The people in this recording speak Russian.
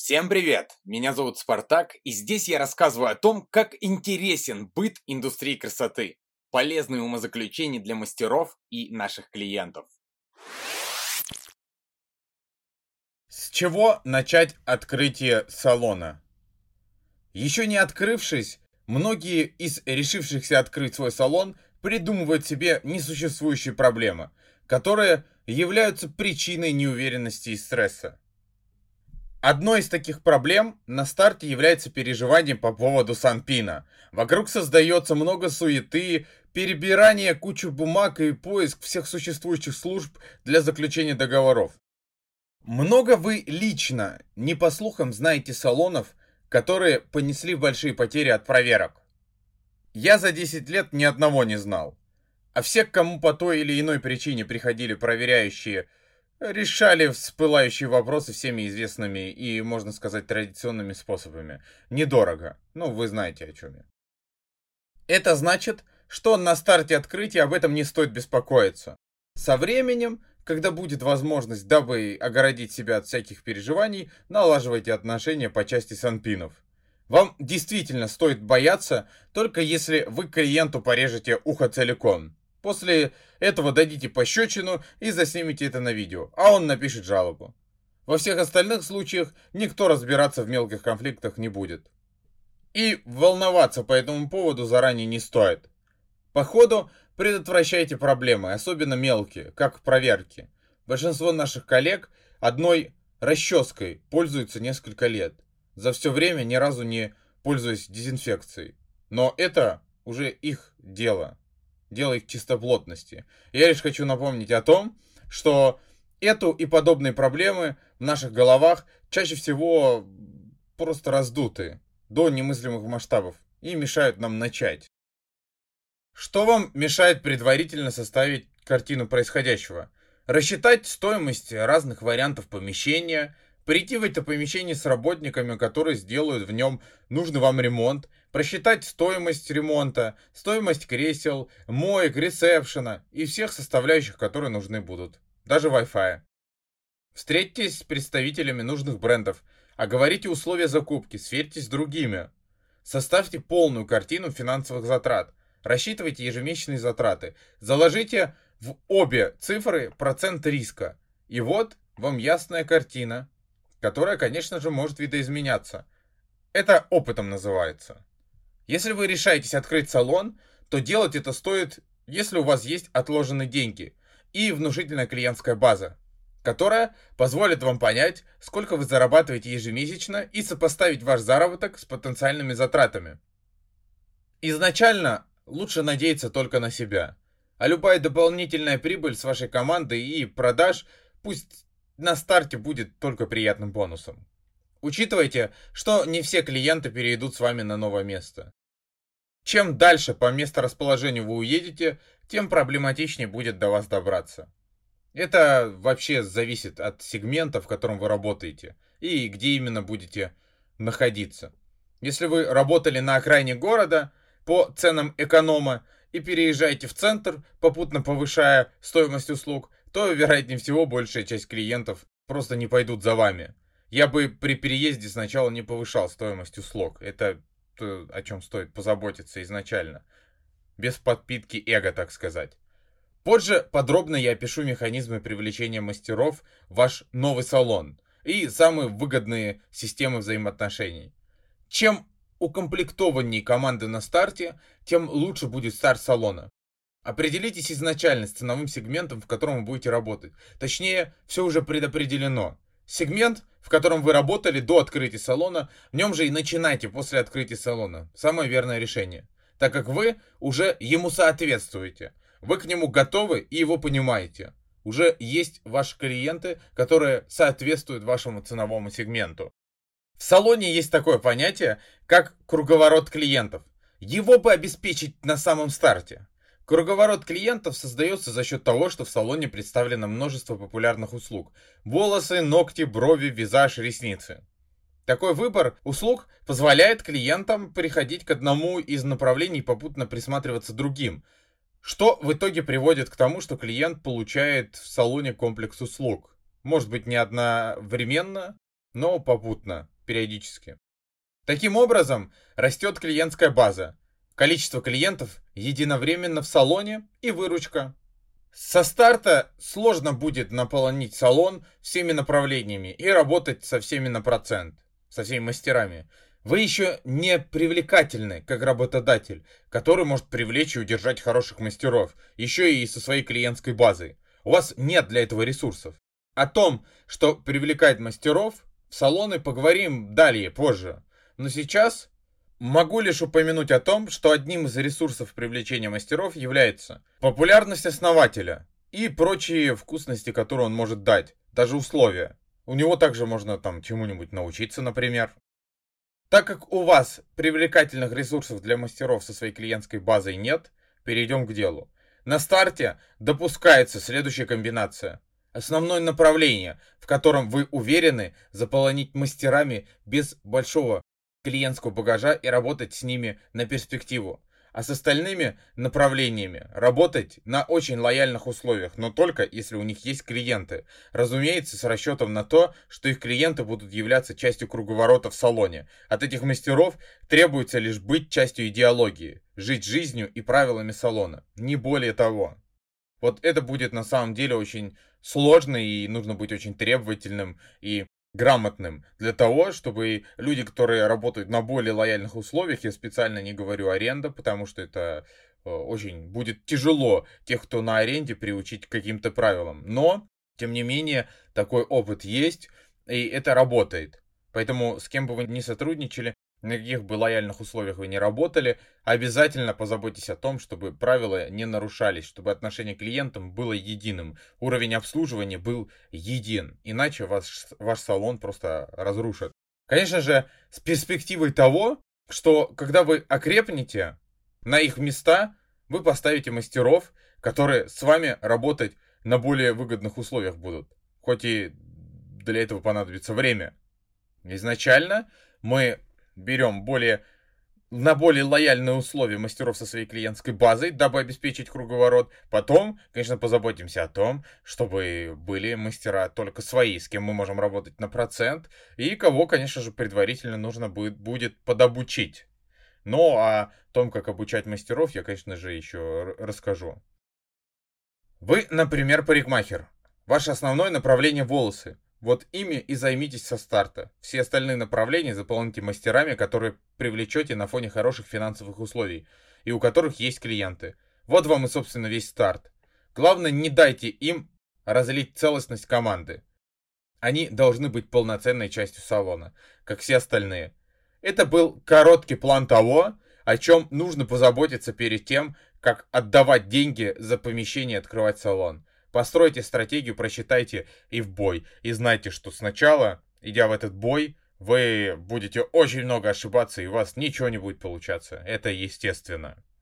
Всем привет! Меня зовут Спартак, и здесь я рассказываю о том, как интересен быт индустрии красоты, полезные умозаключения для мастеров и наших клиентов. С чего начать открытие салона? Еще не открывшись, многие из решившихся открыть свой салон придумывают себе несуществующие проблемы, которые являются причиной неуверенности и стресса. Одной из таких проблем на старте является переживание по поводу санпина. Вокруг создается много суеты, перебирание кучи бумаг и поиск всех существующих служб для заключения договоров. Много вы лично, не по слухам, знаете салонов, которые понесли большие потери от проверок? Я за 10 лет ни одного не знал. А все, к кому по той или иной причине приходили проверяющие, решали всплывающие вопросы всеми известными и, можно сказать, традиционными способами. Недорого. Ну, вы знаете, о чем я. Это значит, что на старте открытия об этом не стоит беспокоиться. Со временем, когда будет возможность, дабы огородить себя от всяких переживаний, налаживайте отношения по части санпинов. Вам действительно стоит бояться, только если вы клиенту порежете ухо целиком. После этого дадите пощечину и заснимете это на видео, а он напишет жалобу. Во всех остальных случаях никто разбираться в мелких конфликтах не будет. И волноваться по этому поводу заранее не стоит. По ходу предотвращайте проблемы, особенно мелкие, как проверки. Большинство наших коллег одной расческой пользуются несколько лет, за все время ни разу не пользуясь дезинфекцией. Но это уже их дело их чистоплотности. Я лишь хочу напомнить о том, что эту и подобные проблемы в наших головах чаще всего просто раздуты до немыслимых масштабов и мешают нам начать. Что вам мешает предварительно составить картину происходящего? Рассчитать стоимость разных вариантов помещения, прийти в это помещение с работниками, которые сделают в нем нужный вам ремонт, просчитать стоимость ремонта, стоимость кресел, моек, ресепшена и всех составляющих, которые нужны будут, даже Wi-Fi. Встретитесь с представителями нужных брендов, оговорите условия закупки, сверьтесь с другими. Составьте полную картину финансовых затрат, рассчитывайте ежемесячные затраты, заложите в обе цифры процент риска. И вот вам ясная картина, которая, конечно же, может видоизменяться. Это опытом называется. Если вы решаетесь открыть салон, то делать это стоит, если у вас есть отложенные деньги и внушительная клиентская база, которая позволит вам понять, сколько вы зарабатываете ежемесячно и сопоставить ваш заработок с потенциальными затратами. Изначально лучше надеяться только на себя, а любая дополнительная прибыль с вашей команды и продаж пусть на старте будет только приятным бонусом. Учитывайте, что не все клиенты перейдут с вами на новое место. Чем дальше по месторасположению вы уедете, тем проблематичнее будет до вас добраться. Это вообще зависит от сегмента, в котором вы работаете, и где именно будете находиться. Если вы работали на окраине города по ценам эконома и переезжаете в центр, попутно повышая стоимость услуг, то, вероятнее всего, большая часть клиентов просто не пойдут за вами. Я бы при переезде сначала не повышал стоимость услуг. Это то, о чем стоит позаботиться изначально. Без подпитки эго, так сказать. Позже подробно я опишу механизмы привлечения мастеров в ваш новый салон и самые выгодные системы взаимоотношений. Чем укомплектованнее команды на старте, тем лучше будет старт салона. Определитесь изначально с ценовым сегментом, в котором вы будете работать. Точнее, все уже предопределено. Сегмент, в котором вы работали до открытия салона, в нем же и начинайте после открытия салона. Самое верное решение. Так как вы уже ему соответствуете. Вы к нему готовы и его понимаете. Уже есть ваши клиенты, которые соответствуют вашему ценовому сегменту. В салоне есть такое понятие, как круговорот клиентов. Его бы обеспечить на самом старте. Круговорот клиентов создается за счет того, что в салоне представлено множество популярных услуг. Волосы, ногти, брови, визаж, ресницы. Такой выбор услуг позволяет клиентам переходить к одному из направлений и попутно присматриваться другим. Что в итоге приводит к тому, что клиент получает в салоне комплекс услуг. Может быть, не одновременно, но попутно. периодически. Таким образом, растет клиентская база, количество клиентов единовременно в салоне и выручка. Со старта сложно будет наполнить салон всеми направлениями и работать со всеми на процент, со всеми мастерами. Вы еще не привлекательны, как работодатель, который может привлечь и удержать хороших мастеров, еще и со своей клиентской базой. У вас нет для этого ресурсов. О том, что привлекает мастеров, в салоны поговорим далее, позже. Но сейчас могу лишь упомянуть о том, что одним из ресурсов привлечения мастеров является популярность основателя и прочие вкусности, которые он может дать, даже условия. У него также можно там чему-нибудь научиться, например. Так как у вас привлекательных ресурсов для мастеров со своей клиентской базой нет, перейдем к делу. На старте допускается следующая комбинация. Основное направление, в котором вы уверены заполонить мастерами без большого клиентского багажа и работать с ними на перспективу. А с остальными направлениями работать на очень лояльных условиях, но только если у них есть клиенты. Разумеется, с расчетом на то, что их клиенты будут являться частью круговорота в салоне. От этих мастеров требуется лишь быть частью идеологии, жить жизнью и правилами салона. Не более того. Вот это будет на самом деле очень сложно, и нужно быть очень требовательным и грамотным для того, чтобы люди, которые работают на более лояльных условиях, я специально не говорю аренда, потому что это очень будет тяжело тех, кто на аренде, приучить к каким-то правилам. Но, тем не менее, такой опыт есть, и это работает. Поэтому с кем бы вы ни сотрудничали, на каких бы лояльных условиях вы не работали, обязательно позаботьтесь о том, чтобы правила не нарушались, чтобы отношение к клиентам было единым, уровень обслуживания был един, иначе ваш салон просто разрушат. Конечно же, с перспективой того, что когда вы окрепнете, на их места вы поставите мастеров, которые с вами работать на более выгодных условиях будут, хоть и для этого понадобится время. Изначально мы берем на более лояльные условия мастеров со своей клиентской базой, дабы обеспечить круговорот. Потом, конечно, позаботимся о том, чтобы были мастера только свои, с кем мы можем работать на процент, и кого, конечно же, предварительно нужно будет подобучить. Но о том, как обучать мастеров, я, конечно же, еще расскажу. Вы, например, парикмахер. Ваше основное направление — волосы. Вот ими и займитесь со старта. Все остальные направления заполните мастерами, которые привлечете на фоне хороших финансовых условий и у которых есть клиенты. Вот вам и, собственно, весь старт. Главное, не дайте им разлить целостность команды. Они должны быть полноценной частью салона, как все остальные. Это был короткий план того, о чем нужно позаботиться перед тем, как отдавать деньги за помещение и открывать салон. Постройте стратегию, просчитайте и в бой. И знайте, что сначала, идя в этот бой, вы будете очень много ошибаться, и у вас ничего не будет получаться. Это естественно.